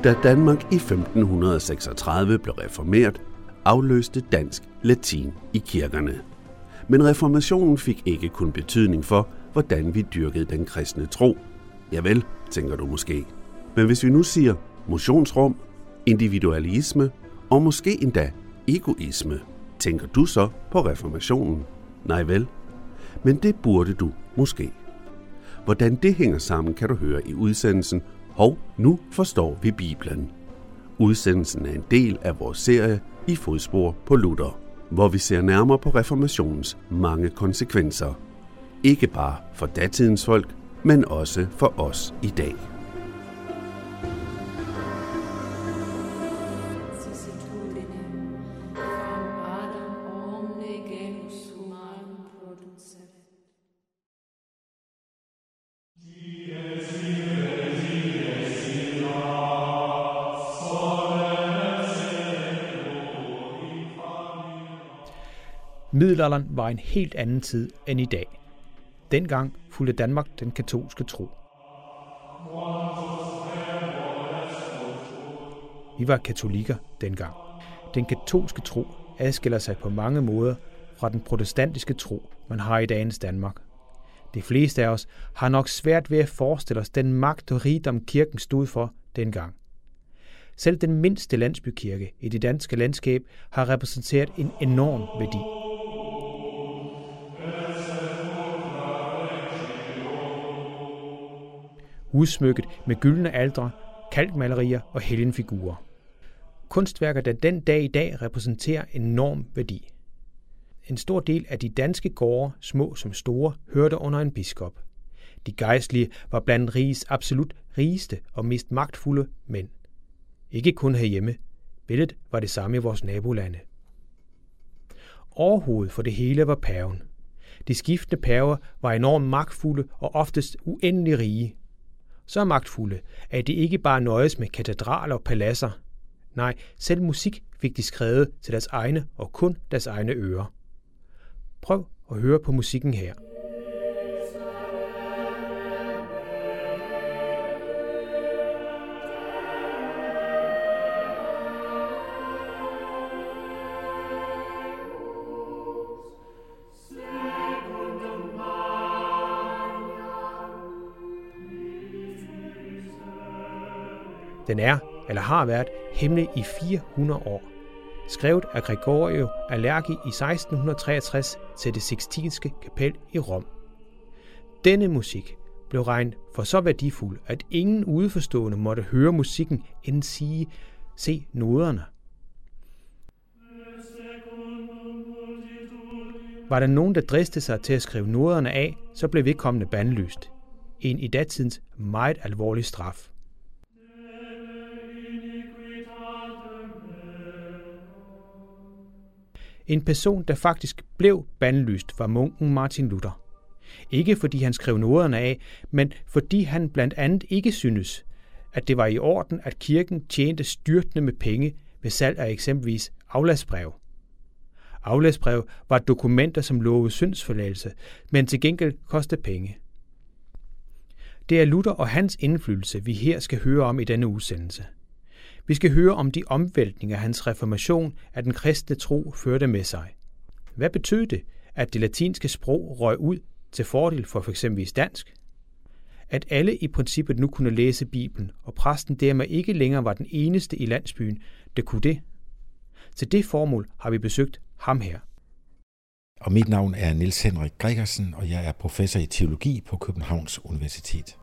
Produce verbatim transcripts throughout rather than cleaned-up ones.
Da Danmark i femten seksogtredive blev reformeret, afløste dansk latin i kirkerne. Men reformationen fik ikke kun betydning for, hvordan vi dyrkede den kristne tro. Javel, tænker du måske. Men hvis vi nu siger motionsrum, individualisme og måske endda egoisme, tænker du så på reformationen? Nej vel? Men det burde du måske. Hvordan det hænger sammen, kan du høre i udsendelsen Hov, nu forstår vi Bibelen. Udsendelsen er en del af vores serie I fodspor på Luther, hvor vi ser nærmere på reformationens mange konsekvenser. Ikke bare for datidens folk, men også for os i dag. Middelalderen var en helt anden tid end i dag. Dengang fulgte Danmark den katolske tro. Vi var katolikker dengang. Den katolske tro adskiller sig på mange måder fra den protestantiske tro, man har i dagens Danmark. De fleste af os har nok svært ved at forestille os den magt og rigdom kirken stod for dengang. Selv den mindste landsbykirke i det danske landskab har repræsenteret en enorm værdi. Udsmykket med gyldne altre, kalkmalerier og helgenfigurer. Kunstværker, der den dag i dag repræsenterer enorm værdi. En stor del af de danske gårde, små som store, hørte under en biskop. De gejstlige var blandt rigets absolut rigeste og mest magtfulde mænd. Ikke kun herhjemme. Billedet var det samme i vores nabolande. Overhovedet for det hele var paven. De skiftende paver var enormt magtfulde og oftest uendelig rige. Så magtfulde, at de ikke bare nøjes med katedraler og paladser. Nej, selv musik fik de skrevet til deres egne og kun deres egne ører. Prøv at høre på musikken her. Den er, eller har været, hemmelig i fire hundrede år. Skrevet af Gregorio Allergi i seksten treogtres til det Sixtinske kapel i Rom. Denne musik blev regnet for så værdifuld, at ingen udeforstående måtte høre musikken end sige, se noderne. Var der nogen, der dristede sig til at skrive noderne af, så blev vedkommende bandlyst. En i datidens meget alvorlig straf. En person, der faktisk blev bandlyst, var munken Martin Luther. Ikke fordi han skrev noderne af, men fordi han blandt andet ikke syntes, at det var i orden, at kirken tjente styrtende med penge ved salg af eksempelvis afladsbrev. Afladsbrev var dokumenter, som lovede syndsforladelse, men til gengæld kostede penge. Det er Luther og hans indflydelse, vi her skal høre om i denne udsendelse. Vi skal høre om de omvæltninger, hans reformation af den kristne tro førte med sig. Hvad betød det, at det latinske sprog røg ud til fordel for f.eks. dansk? At alle i princippet nu kunne læse Bibelen, og præsten dermed ikke længere var den eneste i landsbyen, der kunne det. Til det formål har vi besøgt ham her. Og mit navn er Niels Henrik Gregersen, og jeg er professor i teologi på Københavns Universitet.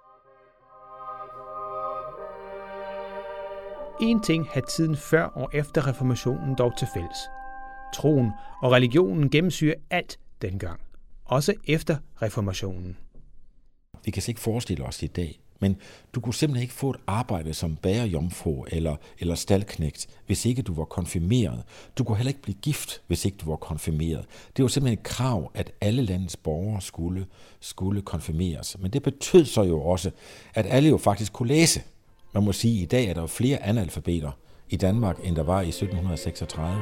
En ting havde tiden før og efter reformationen dog til fælles. Troen og religionen gennemsyrer alt dengang, også efter reformationen. Vi kan ikke forestille os i dag, men du kunne simpelthen ikke få et arbejde som bagerjomfru eller, eller staldknægt, hvis ikke du var konfirmeret. Du kunne heller ikke blive gift, hvis ikke du var konfirmeret. Det var simpelthen et krav, at alle landets borgere skulle, skulle konfirmeres. Men det betød så jo også, at alle jo faktisk kunne læse. Man må sige, at i dag er der jo flere analfabeter i Danmark, end der var i sytten seksogtredive.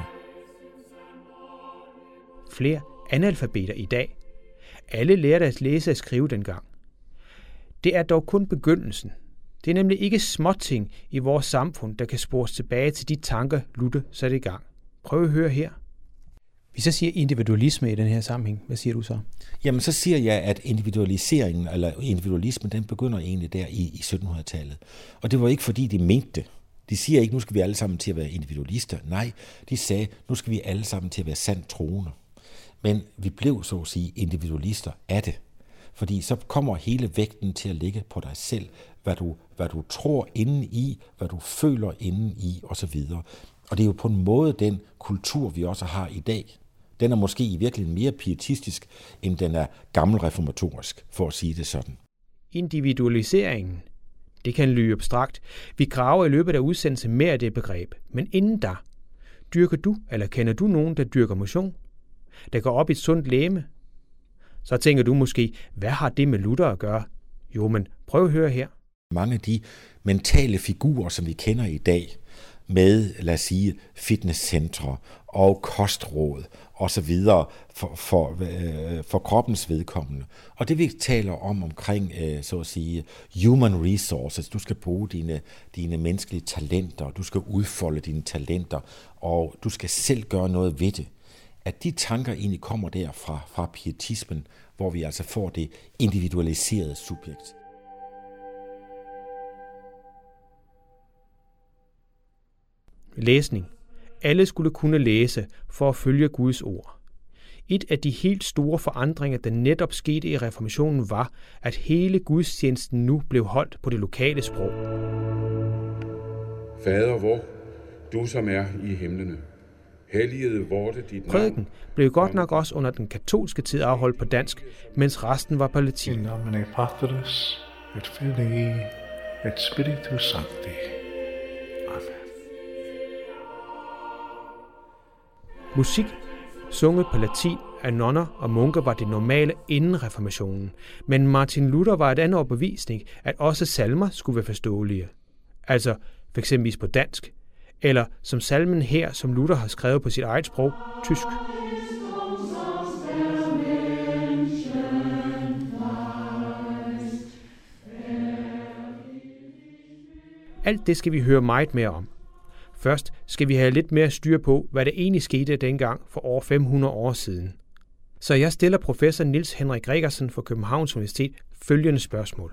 Flere analfabeter i dag. Alle lærte at læse og skrive dengang. Det er dog kun begyndelsen. Det er nemlig ikke småting i vores samfund, der kan spores tilbage til de tanker, Luther satte i gang. Prøv at høre her. Vi så siger individualisme i den her sammenhæng. Hvad siger du så? Jamen, så siger jeg, at individualiseringen, eller individualismen, den begynder egentlig der i, i syttenhundredetallet. Og det var ikke, fordi de mente det. De siger ikke, nu skal vi alle sammen til at være individualister. Nej, de sagde, nu skal vi alle sammen til at være sandt troende. Men vi blev, så at sige, individualister af det. Fordi så kommer hele vægten til at ligge på dig selv, hvad du, hvad du tror inden i, hvad du føler inden i, osv. Og det er jo på en måde den kultur, vi også har i dag. Den er måske i virkeligheden mere pietistisk, end den er gammelreformatorisk, for at sige det sådan. Individualiseringen. Det kan lyde abstrakt. Vi graver i løbet af udsendelsen mere af det begreb. Men inden da, dyrker du, eller kender du nogen, der dyrker motion? Der går op i et sundt legeme? Så tænker du måske, hvad har det med Luther at gøre? Jo, men prøv at høre her. Mange af de mentale figurer, som vi kender i dag, med, lad os sige, fitnesscentre og kostråd og så videre for, for, øh, for kroppens vedkommende. Og det vi taler om omkring, øh, så at sige, human resources, du skal bruge dine, dine menneskelige talenter, du skal udfolde dine talenter, og du skal selv gøre noget ved det. At de tanker egentlig kommer der fra, fra pietismen, hvor vi altså får det individualiserede subjekt. Læsning. Alle skulle kunne læse for at følge Guds ord. Et af de helt store forandringer, der netop skete i reformationen, var, at hele gudstjenesten nu blev holdt på det lokale sprog. Fader vor, du som er i himlene, helliget vorte dit navn. Prædiken blev godt nok også under den katolske tid afholdt på dansk, mens resten var på latin. In nomine Patris et Filii et Spiritus Sancti. Musik, sunget på latin af nonner og munker, var det normale inden reformationen. Men Martin Luther var et andet overbevisning, at også salmer skulle være forståelige. Altså for eksempel på dansk, eller som salmen her, som Luther har skrevet på sit eget sprog, tysk. Alt det skal vi høre meget mere om. Først skal vi have lidt mere styr på, hvad der egentlig skete dengang for over fem hundrede år siden. Så jeg stiller professor Niels Henrik Gregersen fra Københavns Universitet følgende spørgsmål.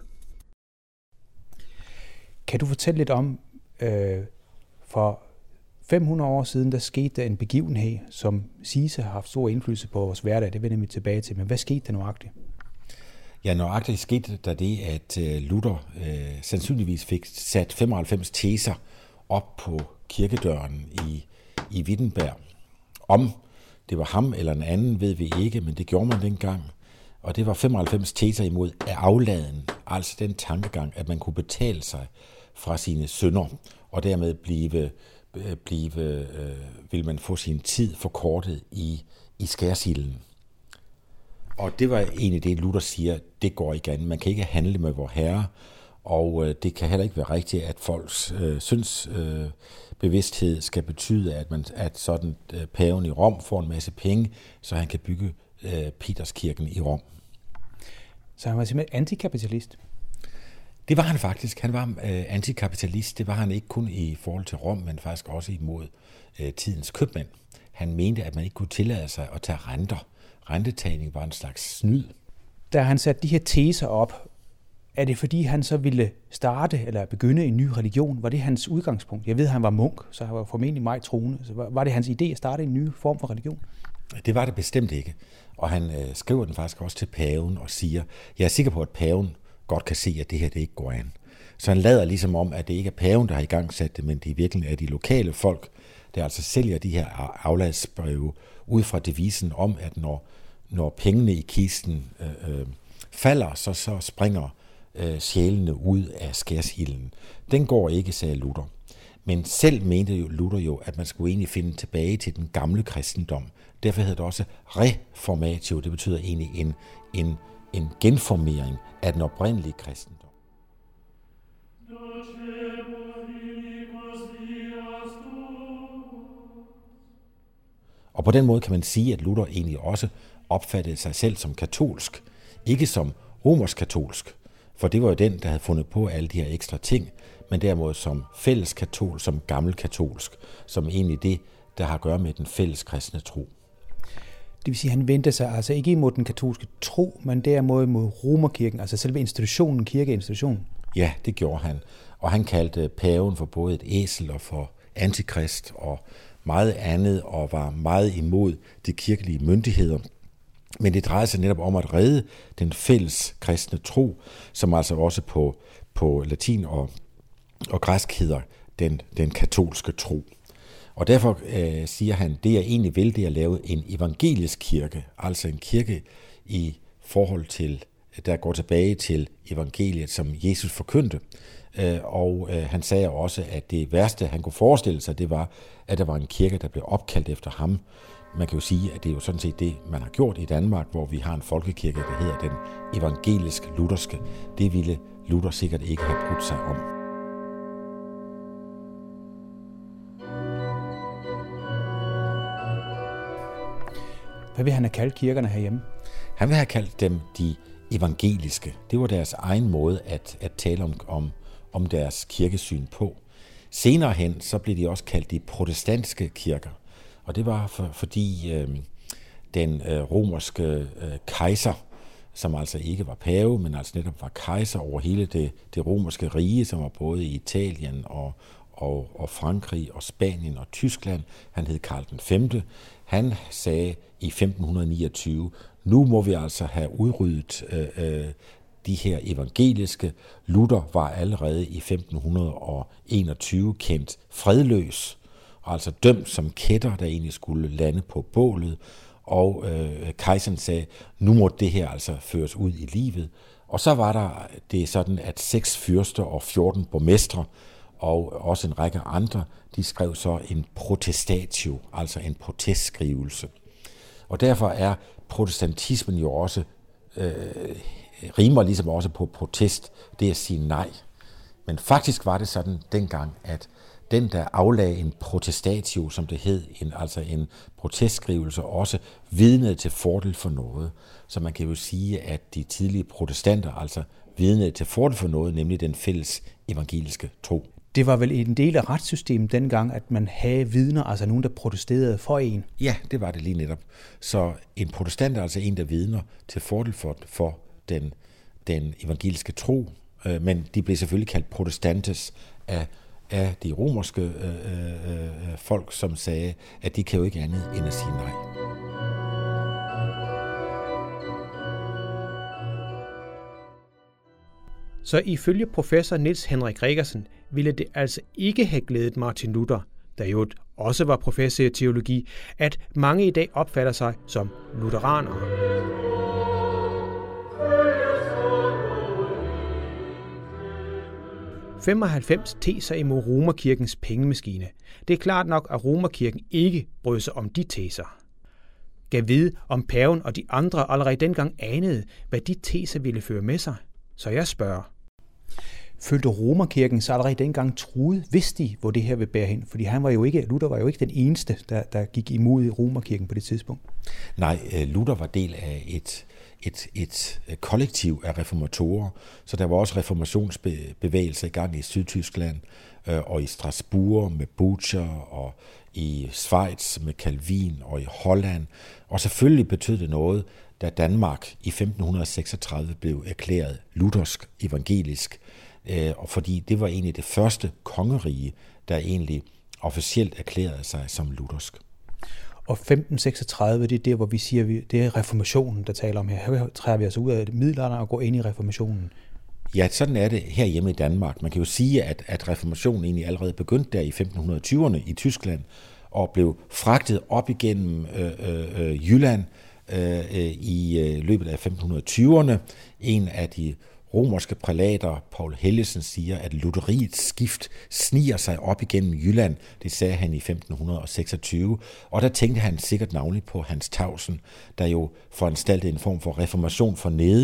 Kan du fortælle lidt om, øh, for fem hundrede år siden, der skete der en begivenhed, som siges har haft stor indflydelse på vores hverdag. Det vender vi tilbage til. Men hvad skete der nøjagtigt? Ja, nøjagtigt skete der det, at Luther øh, sandsynligvis fik sat femoghalvfems teser op på kirkedøren i, i Wittenberg. Om det var ham eller en anden, ved vi ikke, men det gjorde man dengang. Og det var femoghalvfems teser imod af afladen, altså den tankegang, at man kunne betale sig fra sine synder, og dermed blive, blive øh, vil man få sin tid forkortet i, i skærsilden. Og det var egentlig det, Luther siger, det går ikke an. Man kan ikke handle med vor Herre, og øh, det kan heller ikke være rigtigt, at folks øh, syndsbevidsthed øh, skal betyde, at, man, at sådan øh, paven i Rom får en masse penge, så han kan bygge øh, Peterskirken i Rom. Så han var simpelthen antikapitalist? Det var han faktisk. Han var øh, antikapitalist. Det var han ikke kun i forhold til Rom, men faktisk også imod øh, tidens købmænd. Han mente, at man ikke kunne tillade sig at tage renter. Rentetagning var en slags snyd. Da han satte de her teser op, er det fordi han så ville starte eller begynde en ny religion? Var det hans udgangspunkt? Jeg ved, at han var munk, så han var formentlig meget troende. Så var det hans idé at starte en ny form for religion? Det var det bestemt ikke. Og han øh, skriver den faktisk også til paven og siger, jeg er sikker på, at paven godt kan se, at det her det ikke går an. Så han lader ligesom om, at det ikke er paven, der har i gang sat det, men det virkelig er de lokale folk, der altså sælger de her afladsbreve ud fra devisen om, at når, når pengene i kisten øh, øh, falder, så, så springer øh, sjælene ud af skærsilden. Den går ikke, sagde Luther. Men selv mente jo Luther jo, at man skulle egentlig finde tilbage til den gamle kristendom. Derfor hedder det også reformatio. Det betyder egentlig en, en, en genformering af den oprindelige kristendom. Og på den måde kan man sige, at Luther egentlig også opfattede sig selv som katolsk. Ikke som romersk katolsk, For det var jo den, der havde fundet på alle de her ekstra ting, men derimod som fælles katolsk, som gammel katolsk, som egentlig det, der har at gøre med den fælles kristne tro. Det vil sige, at han vendte sig altså ikke imod den katolske tro, men derimod mod romerkirken, altså selve institutionen, kirkeinstitutionen. Ja, det gjorde han. Og han kaldte paven for både et æsel og for antikrist og meget andet, og var meget imod de kirkelige myndigheder. Men det drejede sig netop om at redde den fælles kristne tro, som altså også på, på latin og, og græsk hedder den, den katolske tro. Og derfor øh, siger han, det jeg egentlig vil, det er at lave en evangelisk kirke, altså en kirke i forhold til, der går tilbage til evangeliet, som Jesus forkyndte. Øh, og øh, han sagde også, at det værste, han kunne forestille sig, det var, at der var en kirke, der blev opkaldt efter ham. Man kan jo sige, at det er jo sådan set det, man har gjort i Danmark, hvor vi har en folkekirke, der hedder den evangelisk-lutherske. Det ville Luther sikkert ikke have brudt sig om. Hvad vil han have kaldt kirkerne herhjemme? Han vil have kaldt dem de evangeliske. Det var deres egen måde at, at tale om, om, om deres kirkesyn på. Senere hen, så blev de også kaldt de protestantiske kirker. Og det var for, fordi øh, den øh, romerske øh, kejser, som altså ikke var pave, men altså netop var kejser over hele det, det romerske rige, som var både i Italien og, og, og Frankrig og Spanien og Tyskland. Han hed Karl den femte. Han sagde i femten niogtyve, nu må vi altså have udryddet øh, øh, de her evangeliske. Luther var allerede i femten enogtyve kendt fredløs, og altså dømt som kætter, der egentlig skulle lande på bålet. Og øh, kejseren sagde, nu må det her altså føres ud i livet. Og så var der det sådan, at seks fyrster og fjorten borgmestre, og også en række andre, de skrev så en protestatio, altså en protestskrivelse. Og derfor er protestantismen jo også, øh, rimer ligesom også på protest, det at sige nej. Men faktisk var det sådan dengang, at den, der aflagde en protestatio, som det hed, en, altså en protestskrivelse, også vidnede til fordel for noget. Så man kan jo sige, at de tidlige protestanter altså vidnede til fordel for noget, nemlig den fælles evangeliske tro. Det var vel en del af retssystemet dengang, at man havde vidner, altså nogen, der protesterede for en? Ja, det var det lige netop. Så en protestant er altså en, der vidner til fordel for, for den, den evangeliske tro, men de blev selvfølgelig kaldt protestantes af, af de romerske øh, øh, folk, som sagde, at de kan jo ikke andet end at sige nej. Så ifølge professor Niels Henrik Gregersen ville det altså ikke have glædet Martin Luther, der jo også var professor i teologi, at mange i dag opfatter sig som lutheranere. femoghalvfems teser imod Romerkirkens pengemaskine. Det er klart nok, at Romerkirken ikke brød sig om de teser. Gav vide, om paven og de andre allerede dengang anede, hvad de teser ville føre med sig. Så jeg spørger. Følte Romerkirken sig allerede dengang truet, vidste de, hvor det her vil bære hen? Fordi han var jo ikke, Luther var jo ikke den eneste, der, der gik imod Romerkirken på det tidspunkt. Nej, Luther var del af et, et, et kollektiv af reformatorer, så der var også reformationsbevægelser i gang i Sydtyskland øh, og i Strasbourg med Butcher og i Schweiz med Calvin og i Holland. Og selvfølgelig betød det noget, da Danmark i femten seksogtredive blev erklæret luthersk evangelisk, og fordi det var egentlig det første kongerige, der egentlig officielt erklærede sig som luthersk. Og femten seksogtredive, det er der, hvor vi siger, det er reformationen, der taler om her. Her træder vi altså ud af middelalderen og går ind i reformationen. Ja, sådan er det herhjemme i Danmark. Man kan jo sige, at, at reformationen egentlig allerede begyndte der i femten tyverne i Tyskland, og blev fragtet op igennem øh, øh, Jylland øh, i øh, løbet af femten tyverne. En af de romerske prælater, Paul Helgesen, siger, at lutheriets skift sniger sig op igennem Jylland. Det sagde han i femten seksogtyve, og der tænkte han sikkert navnligt på Hans Tausen, der jo foranstaltede en form for reformation for neden,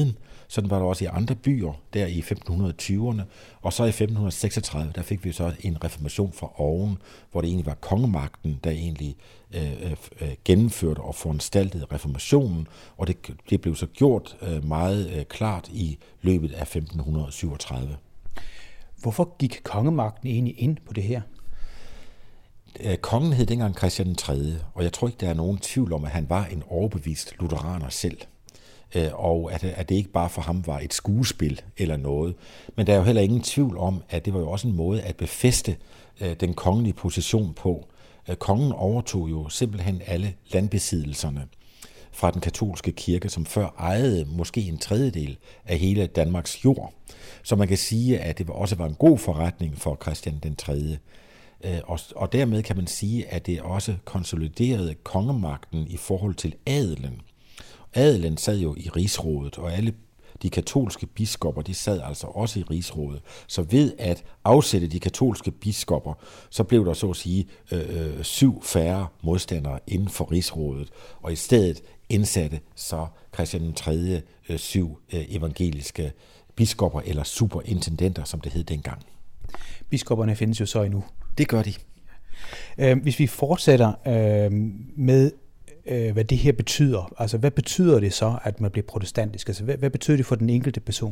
Sådan var det også i andre byer, der i femten tyverne. Og så i femten seksogtredive, der fik vi så en reformation fra oven, hvor det egentlig var kongemagten, der egentlig øh, øh, gennemførte og foranstaltede reformationen. Og det, det blev så gjort øh, meget øh, klart i løbet af femten syvogtredive. Hvorfor gik kongemagten egentlig ind på det her? Kongen hed dengang Christian den tredje, og jeg tror ikke, der er nogen tvivl om, at han var en overbevist lutheraner selv. Og at, at det ikke bare for ham var et skuespil eller noget. Men der er jo heller ingen tvivl om, at det var jo også en måde at befæste den kongelige position på. Kongen overtog jo simpelthen alle landbesiddelserne fra den katolske kirke, som før ejede måske en tredjedel af hele Danmarks jord. Så man kan sige, at det også var en god forretning for Christian den tredje. Og, og dermed kan man sige, at det også konsoliderede kongemagten i forhold til adelen. Adelen sad jo i rigsrådet, og alle de katolske biskopper, de sad altså også i rigsrådet. Så ved at afsætte de katolske biskopper, så blev der så at sige øh, syv færre modstandere inden for rigsrådet, og i stedet indsatte så Christian den tredje øh, syv øh, evangeliske biskopper, eller superintendenter, som det hed dengang. Biskopperne findes jo så endnu. Det gør de. Øh, hvis vi fortsætter øh, med, øh, hvad det her betyder, altså hvad betyder det så, at man bliver protestantisk? Altså hvad, hvad betyder det for den enkelte person?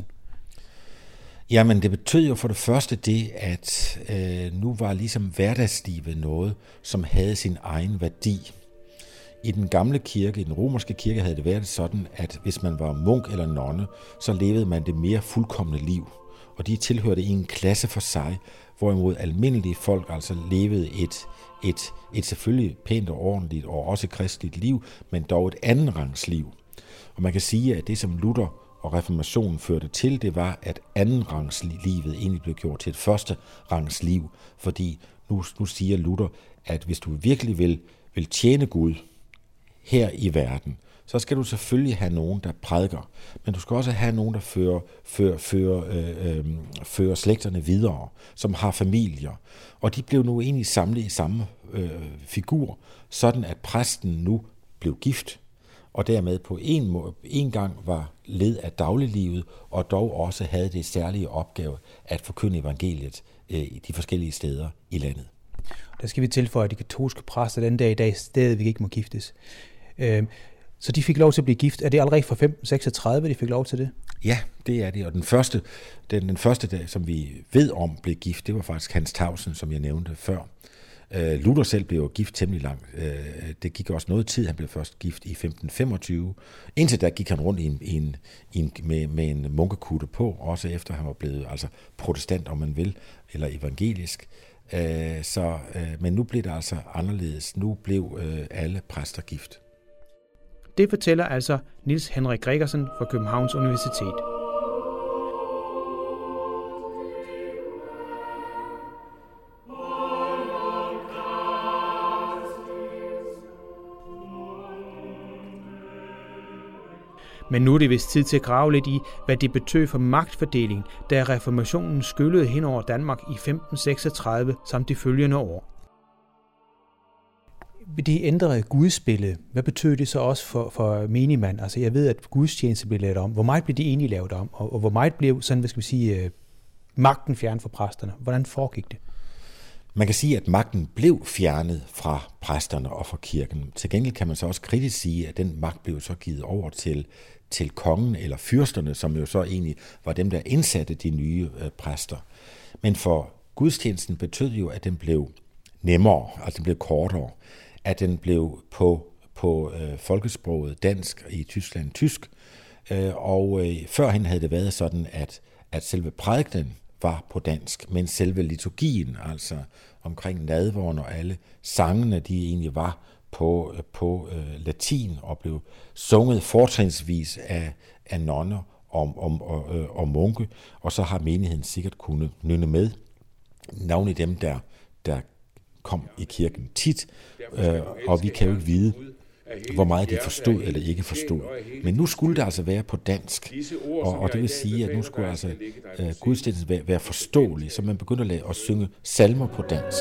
Jamen det betød jo for det første det, at øh, nu var ligesom hverdagslivet noget, som havde sin egen værdi. I den gamle kirke, i den romerske kirke, havde det været sådan, at hvis man var munk eller nonne, så levede man det mere fuldkomne liv. Og de tilhørte en klasse for sig, hvorimod almindelige folk altså levede et, et, et selvfølgelig pænt og ordentligt og også kristeligt liv, men dog et andenrangs liv. Og man kan sige, at det som Luther og reformationen førte til, det var, at andenrangslivet egentlig blev gjort til et førsterangsliv, fordi nu, nu siger Luther, at hvis du virkelig vil, vil tjene Gud her i verden, så skal du selvfølgelig have nogen, der prædiker, men du skal også have nogen, der fører, fører, fører, øh, øh, fører slægterne videre, som har familier. Og de blev nu egentlig samlet i samme øh, figur, sådan at præsten nu blev gift, og dermed på en, måde, en gang var led af dagliglivet, og dog også havde det særlige opgave at forkynde evangeliet øh, i de forskellige steder i landet. Der skal vi tilføje, at de katolske præster den dag i dag stadigvæk ikke må giftes. Øh, Så de fik lov til at blive gift. Er det allerede fra femten seksogtredive, de fik lov til det? Ja, det er det. Og den første, den, den første dag, som vi ved om blev gift, det var faktisk Hans Tausen, som jeg nævnte før. Uh, Luther selv blev jo gift temmelig langt. Uh, det gik også noget tid. Han blev først gift i femten femogtyve. Indtil da gik han rundt i en, i en, i en, med, med en munkekutte på, også efter han var blevet altså protestant, om man vil, eller evangelisk. Uh, så, uh, men nu blev det altså anderledes. Nu blev uh, alle præster gift. Det fortæller altså Niels Henrik Gregersen fra Københavns Universitet. Men nu er det vist tid til at grave lidt i, hvad det betød for magtfordeling, da reformationen skyllede hen over Danmark i femten seksogtredive samt de følgende år. Det ændrede gudsbillede, hvad betød det så også for, for menigmand? Altså jeg ved, at gudstjeneste blev lavet om. Hvor meget blev det egentlig lavet om? Og, og hvor meget blev sådan, hvad skal vi sige, magten fjernet fra præsterne? Hvordan foregik det? Man kan sige, at magten blev fjernet fra præsterne og fra kirken. Til gengæld kan man så også kritisk sige, at den magt blev så givet over til, til kongen eller fyrsterne, som jo så egentlig var dem, der indsatte de nye øh, præster. Men for gudstjenesten betød jo, at den blev nemmere, altså den blev kortere, at den blev på, på øh, folkesproget dansk, i Tyskland tysk, øh, og øh, førhen havde det været sådan, at, at selve prædikenen var på dansk, men selve liturgien, altså omkring nadveren og alle sangene, de egentlig var på, på øh, latin og blev sunget fortrinsvis af, af nonner og, og, og, øh, og munke, og så har menigheden sikkert kunnet nynne med, navnlig dem, der, der kom i kirken tit, øh, og vi kan jo ikke vide, hvor meget de forstod eller ikke forstod. Men nu skulle det altså være på dansk, og, og det vil sige, at nu skulle altså øh, gudstjenesten være, være forståelig, så man begyndte at, lade, at synge salmer på dansk.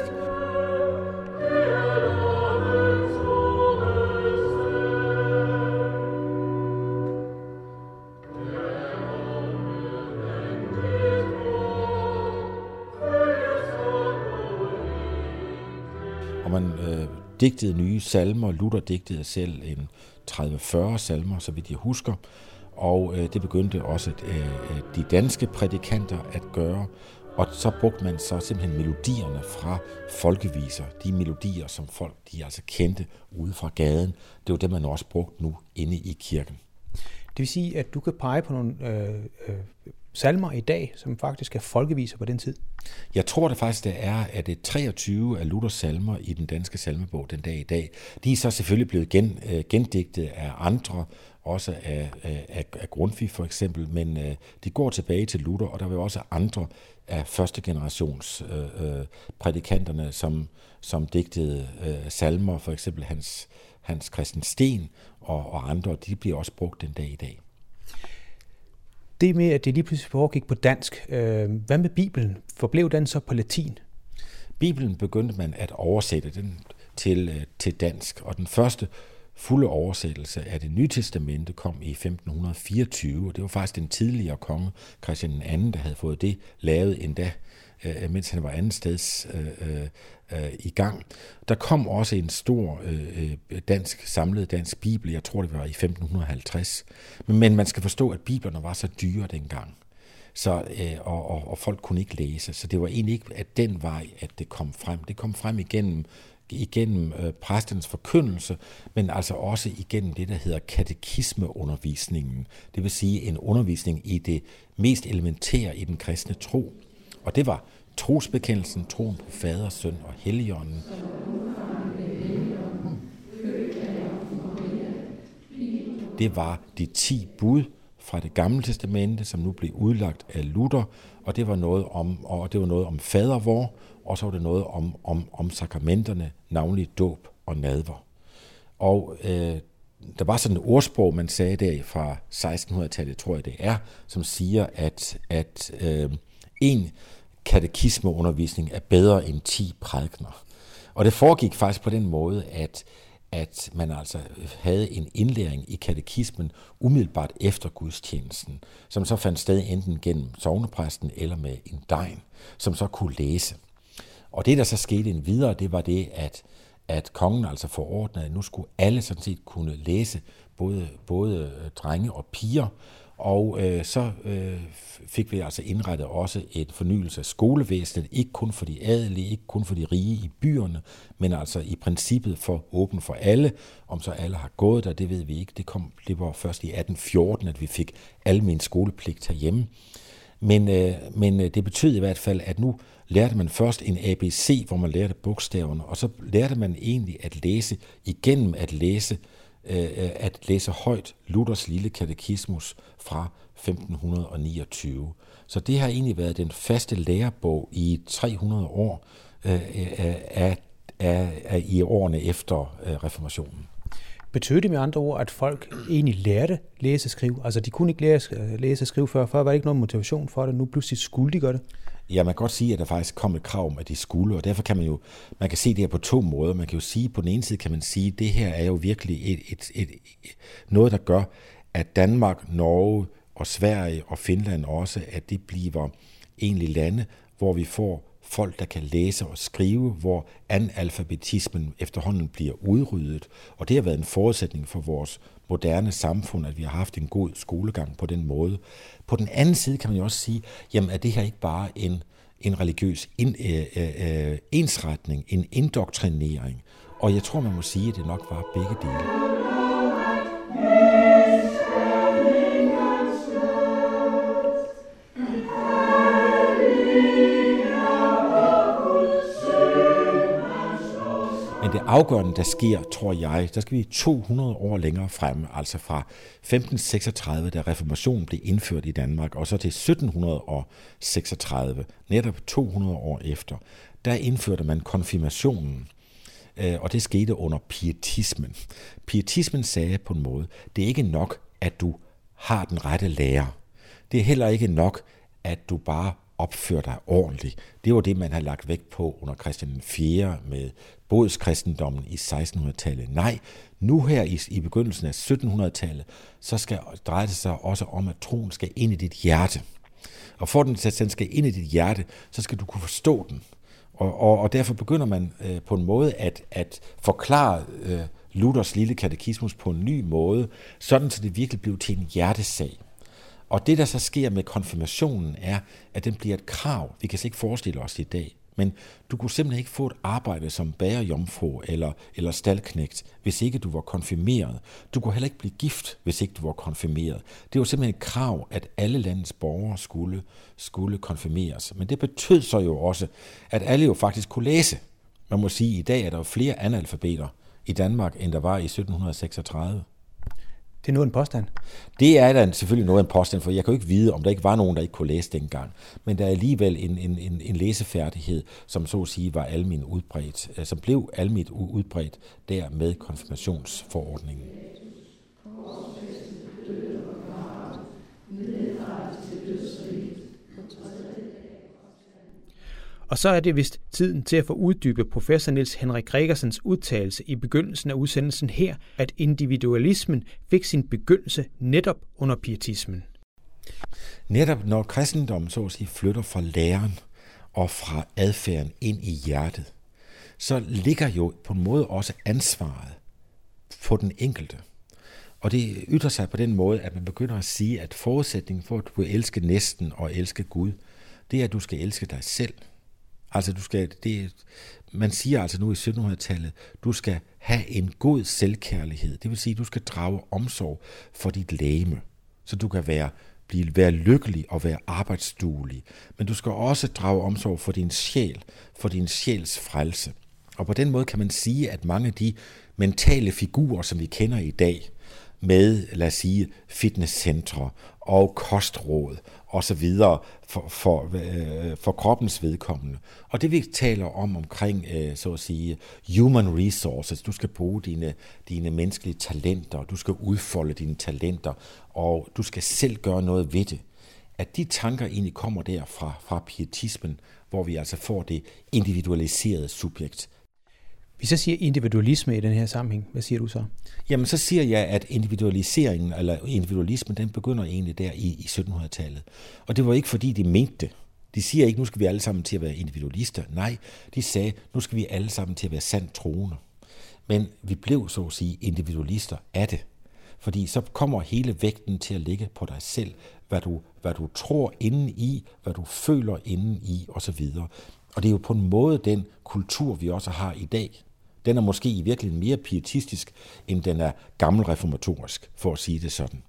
og man øh, digtede nye salmer. Luther digtede selv en tredive fyrre salmer, så vidt jeg husker, og øh, det begyndte også øh, de danske prædikanter at gøre, og så brugte man så simpelthen melodierne fra folkeviser, de melodier, som folk de altså kendte ude fra gaden. Det var det, man også brugte nu inde i kirken. Det vil sige, at du kan pege på nogle øh, øh, salmer i dag, som faktisk er folkeviser på den tid? Jeg tror det faktisk, det er, at det er treogtyve af Luthers salmer i den danske salmebog den dag i dag. De er så selvfølgelig blevet gen, øh, gendigtet af andre, også af, af, af Grundtvig for eksempel, men øh, de går tilbage til Luther, og der var jo også andre af første generations øh, øh, prædikanterne, som, som digtede øh, salmer, for eksempel Hans, Hans Christian Sten og, og andre, de bliver også brugt den dag i dag. Det med, at det lige pludselig foregik på dansk, øh, hvad med Bibelen? Forblev den så på latin? Bibelen begyndte man at oversætte den til, til dansk, og den første fulde oversættelse af Det Nye Testamente kom i femten fireogtyve, og det var faktisk den tidligere konge, Christian den anden, der havde fået det lavet endda, øh, mens han var andet steds øh, øh, i gang. Der kom også en stor øh, dansk, samlet dansk bibel, jeg tror det var i femten halvtreds, men, men man skal forstå, at biblerne var så dyre dengang, så, øh, og, og, og folk kunne ikke læse, så det var egentlig ikke at den vej, at det kom frem. Det kom frem igennem igennem øh, præstens forkyndelse, men altså også igennem det, der hedder katekismeundervisningen. Det vil sige en undervisning i det mest elementære i den kristne tro. Og det var trosbekendelsen, troen på Fader, Søn og Helligånden. Det var de ti bud fra Det Gamle Testamente, som nu blev udlagt af Luther, og det var noget om, og det var noget om fadervor, og så var det noget om, om, om sakramenterne, navnlig dåb og nadver. Og øh, der var sådan et ordsprog, man sagde der fra sekstenhundredetallet, tror jeg det er, som siger, at, at øh, en katekismeundervisning er bedre end ti prædikener. Og det foregik faktisk på den måde, at at man altså havde en indlæring i katekismen umiddelbart efter gudstjenesten, som så fandt sted enten gennem sognepræsten eller med en degn, som så kunne læse. Og det, der så skete en videre, det var det, at, at kongen altså forordnede, at nu skulle alle sådan set kunne læse, både, både drenge og piger, og øh, så øh, fik vi altså indrettet også et fornyelse af skolevæsenet, ikke kun for de adelige, ikke kun for de rige i byerne, men altså i princippet for åben for alle. Om så alle har gået der, det ved vi ikke. Det, kom, det var først i atten fjorten, at vi fik almen skolepligt herhjemme. Men, øh, men det betød i hvert fald, at nu lærte man først en A B C, hvor man lærte bogstaverne, og så lærte man egentlig at læse igennem at læse at læse højt Luthers lille katekismus fra femten niogtyve. Så det har egentlig været den faste lærebog i tre hundrede år øh, af, af, af, i årene efter øh, reformationen. Betød det med andre ord, at folk egentlig lærte læse og skrive? Altså de kunne ikke lære, læse og skrive før, før var det ikke nogen motivation for det, nu pludselig skulle de gøre det? Ja, man kan godt sige, at der faktisk kom et krav om, at de skulle, og derfor kan man jo, man kan se det her på to måder. Man kan jo sige, på den ene side kan man sige, at det her er jo virkelig et, et, et, et, noget, der gør, at Danmark, Norge og Sverige og Finland også, at det bliver egentlig lande, hvor vi får folk, der kan læse og skrive, hvor analfabetismen efterhånden bliver udryddet. Og det har været en forudsætning for vores moderne samfund, at vi har haft en god skolegang på den måde. På den anden side kan man jo også sige, jamen er det her ikke bare en, en religiøs in, øh, øh, ensretning, en indoktrinering? Og jeg tror, man må sige, at det nok var begge dele. Men det afgørende, der sker, tror jeg, der skal vi to hundrede år længere fremme, altså fra femten seksogtredive, da reformationen blev indført i Danmark, og så til sytten seksogtredive, netop to hundrede år efter, der indførte man konfirmationen, og det skete under pietismen. Pietismen sagde på en måde, det er ikke nok, at du har den rette lærer. Det er heller ikke nok, at du bare opfører dig ordentligt. Det var det, man havde lagt vægt på under Christian den fjerde med bodskristendommen i sekstenhundredetallet. Nej, nu her i, i begyndelsen af syttenhundredetallet, så skal dreje det sig også om, at troen skal ind i dit hjerte. Og for den, at den skal ind i dit hjerte, så skal du kunne forstå den. Og, og, og derfor begynder man øh, på en måde at, at forklare øh, Luthers lille katekismus på en ny måde, sådan så det virkelig blev til en hjertesag. Og det, der så sker med konfirmationen, er, at den bliver et krav. Vi kan slet ikke forestille os det i dag. Men du kunne simpelthen ikke få et arbejde som bagerjomfru eller, eller staldknægt, hvis ikke du var konfirmeret. Du kunne heller ikke blive gift, hvis ikke du var konfirmeret. Det var simpelthen et krav, at alle landets borgere skulle, skulle konfirmeres. Men det betød så jo også, at alle jo faktisk kunne læse. Man må sige, at i dag er der jo flere analfabeter i Danmark, end der var i sytten seksogtredive. Det er noget en påstand. Det er da selvfølgelig noget en påstand, for jeg kan jo ikke vide, om der ikke var nogen, der ikke kunne læse dengang. Men der er alligevel en, en, en, en læsefærdighed, som så at sige var almen udbredt, som blev almen udbredt der med konfirmationsforordningen. Og så er det vist tiden til at få uddybet professor Niels Henrik Gregersens udtalelse i begyndelsen af udsendelsen her, at individualismen fik sin begyndelse netop under pietismen. Netop når kristendommen så at sige flytter fra læren og fra adfærden ind i hjertet, så ligger jo på en måde også ansvaret på den enkelte. Og det ytrer sig på den måde, at man begynder at sige, at forudsætningen for at du kan elske næsten og elske Gud, det er, at du skal elske dig selv. Altså du skal, det, man siger altså nu i syttenhundredetallet, du skal have en god selvkærlighed. Det vil sige, at du skal drage omsorg for dit legeme, så du kan være, blive, være lykkelig og være arbejdsduelig. Men du skal også drage omsorg for din sjæl, for din sjæls frelse. Og på den måde kan man sige, at mange af de mentale figurer, som vi kender i dag, med, lad os sige, fitnesscentre og kostråd og så videre for, for, øh, for kroppens vedkommende. Og det vi taler om omkring, øh, så at sige, human resources, du skal bruge dine, dine menneskelige talenter, du skal udfolde dine talenter, og du skal selv gøre noget ved det. At de tanker egentlig kommer der fra, fra pietismen, hvor vi altså får det individualiserede subjekt. Hvis jeg siger individualisme i den her sammenhæng, hvad siger du så? Jamen, så siger jeg, at individualiseringen, eller individualismen, den begynder egentlig der i, i syttenhundredetallet. Og det var ikke, fordi de mente det. De siger ikke, nu skal vi alle sammen til at være individualister. Nej, de sagde, nu skal vi alle sammen til at være sandt troende. Men vi blev, så at sige, individualister af det. Fordi så kommer hele vægten til at ligge på dig selv, hvad du, hvad du tror inden i, hvad du føler inden i, osv. Og det er jo på en måde den kultur, vi også har i dag. Den er måske i virkeligheden mere pietistisk, end den er gammelreformatorisk, for at sige det sådan.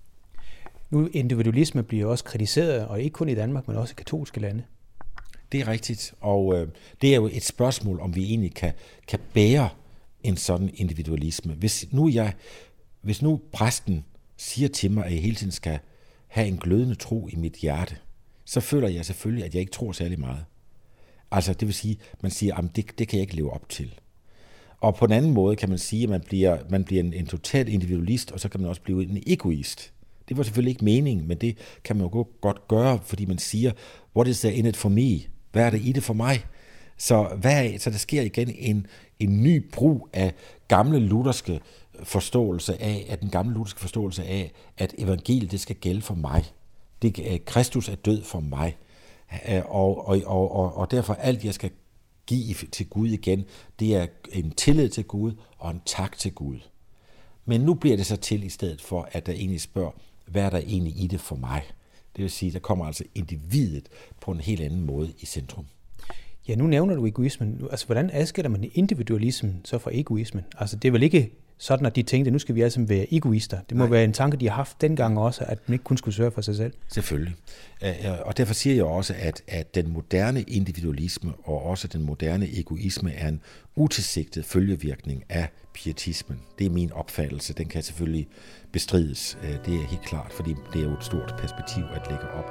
Nu individualisme bliver også kritiseret, og ikke kun i Danmark, men også i katolske lande. Det er rigtigt, og øh, det er jo et spørgsmål, om vi egentlig kan, kan bære en sådan individualisme. Hvis nu, jeg, hvis nu præsten siger til mig, at jeg hele tiden skal have en glødende tro i mit hjerte, så føler jeg selvfølgelig, at jeg ikke tror særlig meget. Altså det vil sige, man siger, at det, det kan jeg ikke leve op til. Og på en anden måde kan man sige, at man bliver, man bliver en, en total individualist, og så kan man også blive en egoist. Det var selvfølgelig ikke meningen, men det kan man jo godt gøre, fordi man siger, what is there in it for me? Hvad er der i det for mig? Så, hvad, så der sker igen en, en ny brug af gamle lutherske forståelse af, at den gamle lutherske forståelse af, at evangeliet det skal gælde for mig. Det, Kristus er død for mig. Og, og, og, og derfor alt, jeg skal give til Gud igen, det er en tillid til Gud og en tak til Gud. Men nu bliver det så til i stedet for, at der egentlig spørger, hvad er der egentlig i det for mig? Det vil sige, der kommer altså individet på en helt anden måde i centrum. Ja, nu nævner du egoismen. Altså, hvordan adskiller man individualismen så fra egoismen? Altså, det er vel ikke sådan, at de tænkte, at nu skal vi altså være egoister. Det må Nej. være en tanke, de har haft dengang også, at man ikke kun skulle sørge for sig selv. Selvfølgelig. Og derfor siger jeg også, at, at den moderne individualisme og også den moderne egoisme er en utilsigtet følgevirkning af pietismen. Det er min opfattelse. Den kan selvfølgelig bestrides. Det er helt klart, fordi det er jo et stort perspektiv at lægge op.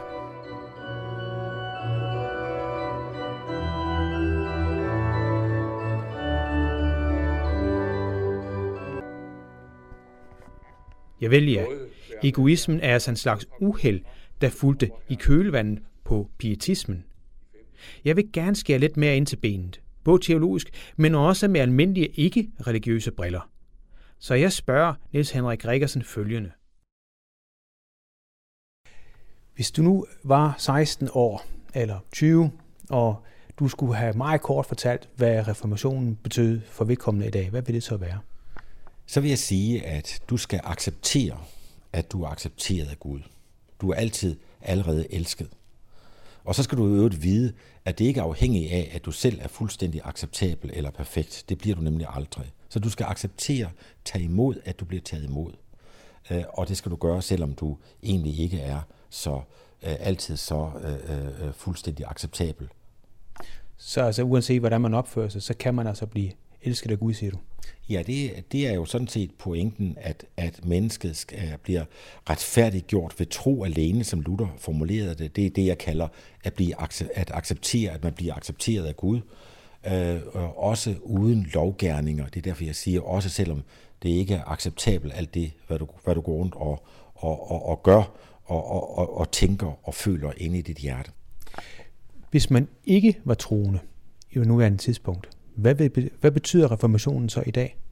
Jeg vel ja. Egoismen er altså en slags uheld, der fulgte i kølvandet på pietismen. Jeg vil gerne skære lidt mere ind til benet, både teologisk, men også med almindelige ikke-religiøse briller. Så jeg spørger Niels Henrik Gregersen følgende. Hvis du nu var seksten år eller tyve, og du skulle have meget kort fortalt, hvad reformationen betød for vedkommende i dag, hvad vil det så være? Så vil jeg sige, at du skal acceptere, at du er accepteret af Gud. Du er altid allerede elsket. Og så skal du i øvrigt vide, at det ikke er afhængigt af, at du selv er fuldstændig acceptabel eller perfekt. Det bliver du nemlig aldrig. Så du skal acceptere, tage imod, at du bliver taget imod. Og det skal du gøre, selvom du egentlig ikke er så altid så øh, fuldstændig acceptabel. Så altså, uanset hvordan man opfører sig, så kan man altså blive elsket af Gud, siger du? Ja, det, det er jo sådan set pointen, at, at mennesket skal, bliver retfærdiggjort ved tro alene, som Luther formulerede det. Det er det, jeg kalder at, blive, at acceptere, at man bliver accepteret af Gud. Øh, også uden lovgerninger. Det er derfor, jeg siger, også selvom det ikke er acceptabelt, alt det, hvad du, hvad du går rundt og, og, og, og gør, og, og, og, og tænker og føler inde i dit hjerte. Hvis man ikke var troende i et nuværende tidspunkt, hvad, vil, hvad betyder reformationen så i dag?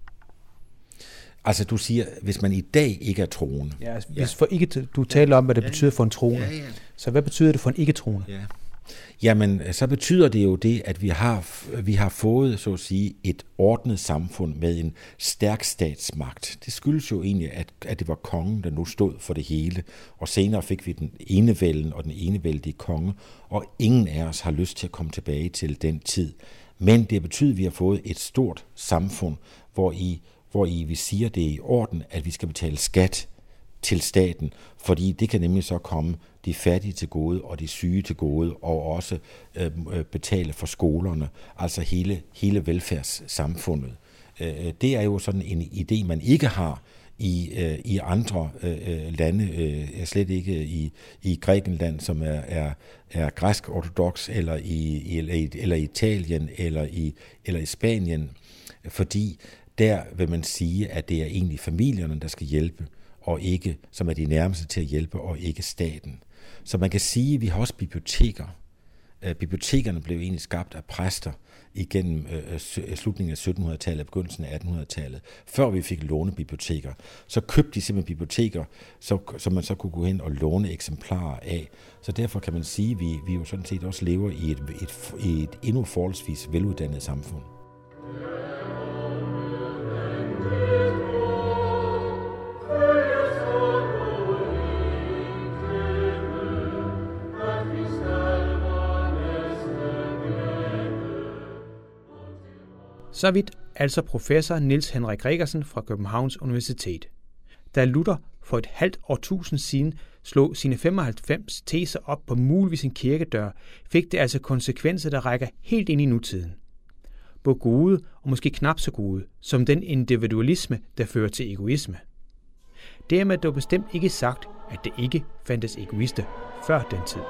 Altså du siger, hvis man i dag ikke er troende. Ja, altså, hvis for ikke, du taler om, hvad det betyder for en troende. Ja, ja. Så hvad betyder det for en ikke-troende? Ja. Jamen, så betyder det jo det, at vi har, vi har fået, så at sige, et ordnet samfund med en stærk statsmagt. Det skyldes jo egentlig, at, at det var kongen, der nu stod for det hele, og senere fik vi den enevælden og den enevældige konge, og ingen af os har lyst til at komme tilbage til den tid. Men det betyder, at vi har fået et stort samfund, hvor i, hvor i vi siger, det er i orden, at vi skal betale skat til staten, fordi det kan nemlig så komme de fattige til gode og de syge til gode, og også øh, betale for skolerne, altså hele, hele velfærdssamfundet. Øh, det er jo sådan en idé, man ikke har i, øh, i andre øh, lande, øh, slet ikke i, i Grækenland, som er, er, er græsk-ortodox, eller i, eller, i, eller i Italien, eller i, eller i Spanien, fordi der vil man sige, at det er egentlig familierne, der skal hjælpe, og ikke, som er de nærmeste til at hjælpe, og ikke staten. Så man kan sige, at vi har også biblioteker. Bibliotekerne blev egentlig skabt af præster igennem slutningen af syttenhundredetallet og begyndelsen af attenhundredetallet. Før vi fik lånebiblioteker, så købte de simpelthen biblioteker, så, så man så kunne gå hen og låne eksemplarer af. Så derfor kan man sige, at vi, vi jo sådan set også lever i et, et, et endnu forholdsvis veluddannet samfund. Så vidt altså professor Niels Henrik Gregersen fra Københavns Universitet. Da Luther for et halvt årtusind siden slog sine femoghalvfems teser op på muligvis en kirkedør, fik det altså konsekvenser, der rækker helt ind i nutiden. Både gode og måske knap så gode, som den individualisme, der fører til egoisme. Dermed er dog bestemt ikke sagt, at det ikke fandtes egoister før den tid.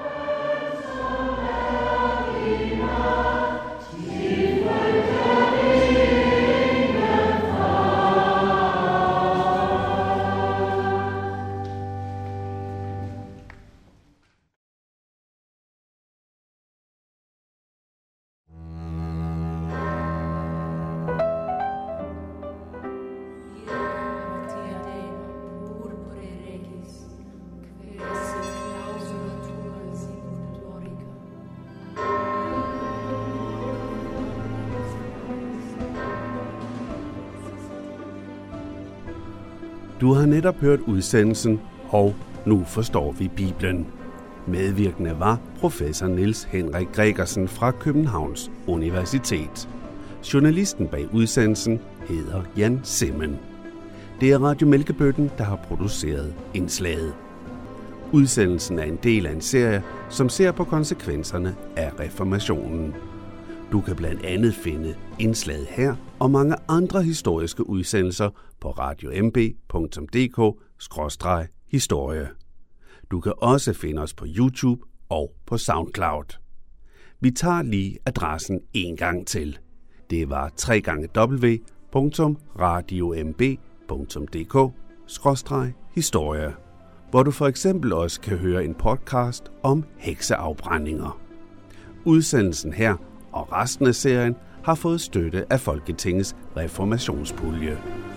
Du har netop hørt udsendelsen, og nu forstår vi Bibelen. Medvirkende var professor Niels Henrik Gregersen fra Københavns Universitet. Journalisten bag udsendelsen hedder Jan Simmen. Det er Radio Mælkebøtten, der har produceret indslaget. Udsendelsen er en del af en serie, som ser på konsekvenserne af reformationen. Du kan blandt andet finde indslaget her og mange andre historiske udsendelser på radio m b punktum d k skråstreg historie. Du kan også finde os på YouTube og på SoundCloud. Vi tager lige adressen en gang til. Det var w w w punktum radio m b punktum d k skråstreg historie, hvor du for eksempel også kan høre en podcast om hekseafbrændinger. Udsendelsen her og resten af serien har fået støtte af Folketingets reformationspulje.